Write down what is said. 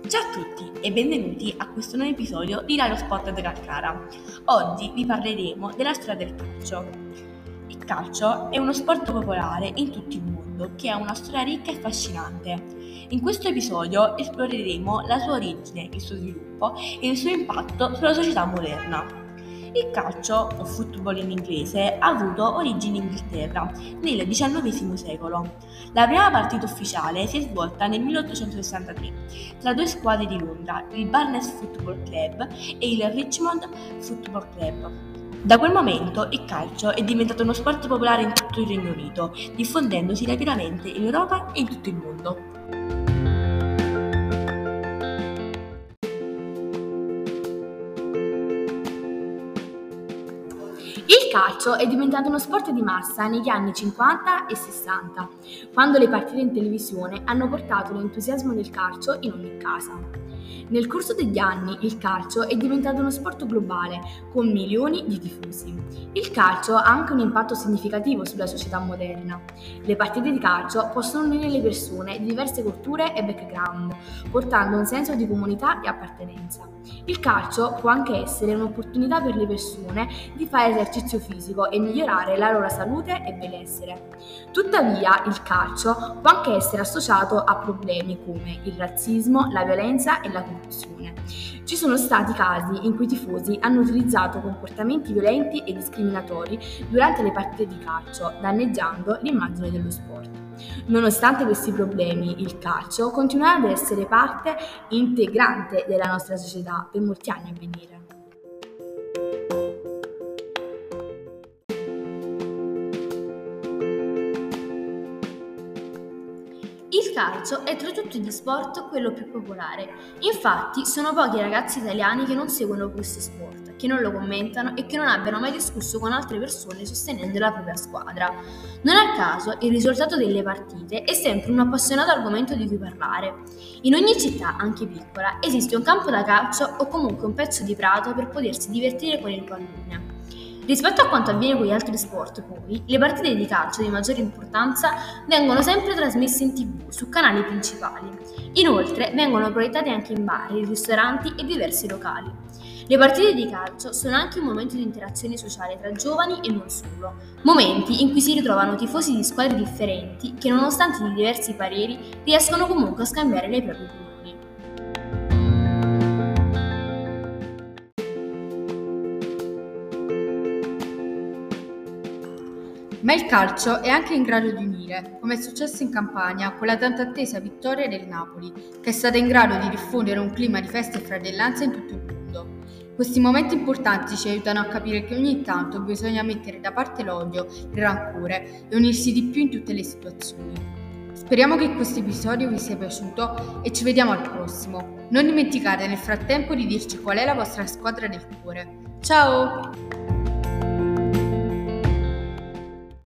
Ciao a tutti e benvenuti a questo nuovo episodio di Radio Sport de Calcara. Oggi vi parleremo della storia del calcio. Il calcio è uno sport popolare in tutto il mondo che ha una storia ricca e affascinante. In questo episodio esploreremo la sua origine, il suo sviluppo e il suo impatto sulla società moderna. Il calcio, o football in inglese, ha avuto origini in Inghilterra nel XIX secolo. La prima partita ufficiale si è svolta nel 1863 tra due squadre di Londra, il Barnes Football Club e il Richmond Football Club. Da quel momento il calcio è diventato uno sport popolare in tutto il Regno Unito, diffondendosi rapidamente in Europa e in tutto il mondo. Il calcio è diventato uno sport di massa negli anni 50 e 60, quando le partite in televisione hanno portato l'entusiasmo del calcio in ogni casa. Nel corso degli anni il calcio è diventato uno sport globale, con milioni di tifosi. Il calcio ha anche un impatto significativo sulla società moderna. Le partite di calcio possono unire le persone di diverse culture e background, portando un senso di comunità e appartenenza. Il calcio può anche essere un'opportunità per le persone di fare esercizio fisico e migliorare la loro salute e benessere. Tuttavia, il calcio può anche essere associato a problemi come il razzismo, la violenza e la corruzione. Ci sono stati casi in cui i tifosi hanno utilizzato comportamenti violenti e discriminatori durante le partite di calcio, danneggiando l'immagine dello sport. Nonostante questi problemi, il calcio continuerà ad essere parte integrante della nostra società per molti anni a venire. Il calcio è tra tutti gli sport quello più popolare. Infatti, sono pochi i ragazzi italiani che non seguono questo sport, che non lo commentano e che non abbiano mai discusso con altre persone sostenendo la propria squadra. Non a caso, il risultato delle partite è sempre un appassionato argomento di cui parlare. In ogni città, anche piccola, esiste un campo da calcio o comunque un pezzo di prato per potersi divertire con il pallone. Rispetto a quanto avviene con gli altri sport, poi, le partite di calcio di maggiore importanza vengono sempre trasmesse in TV, su canali principali. Inoltre, vengono proiettate anche in bar, in ristoranti e diversi locali. Le partite di calcio sono anche un momento di interazione sociale tra giovani e non solo, momenti in cui si ritrovano tifosi di squadre differenti che, nonostante i diversi pareri, riescono comunque a scambiare le proprie opinioni. Ma il calcio è anche in grado di unire, come è successo in Campania con la tanto attesa vittoria del Napoli, che è stata in grado di diffondere un clima di festa e fratellanza in tutto il mondo. Questi momenti importanti ci aiutano a capire che ogni tanto bisogna mettere da parte l'odio, il rancore e unirsi di più in tutte le situazioni. Speriamo che questo episodio vi sia piaciuto e ci vediamo al prossimo. Non dimenticate nel frattempo di dirci qual è la vostra squadra del cuore. Ciao!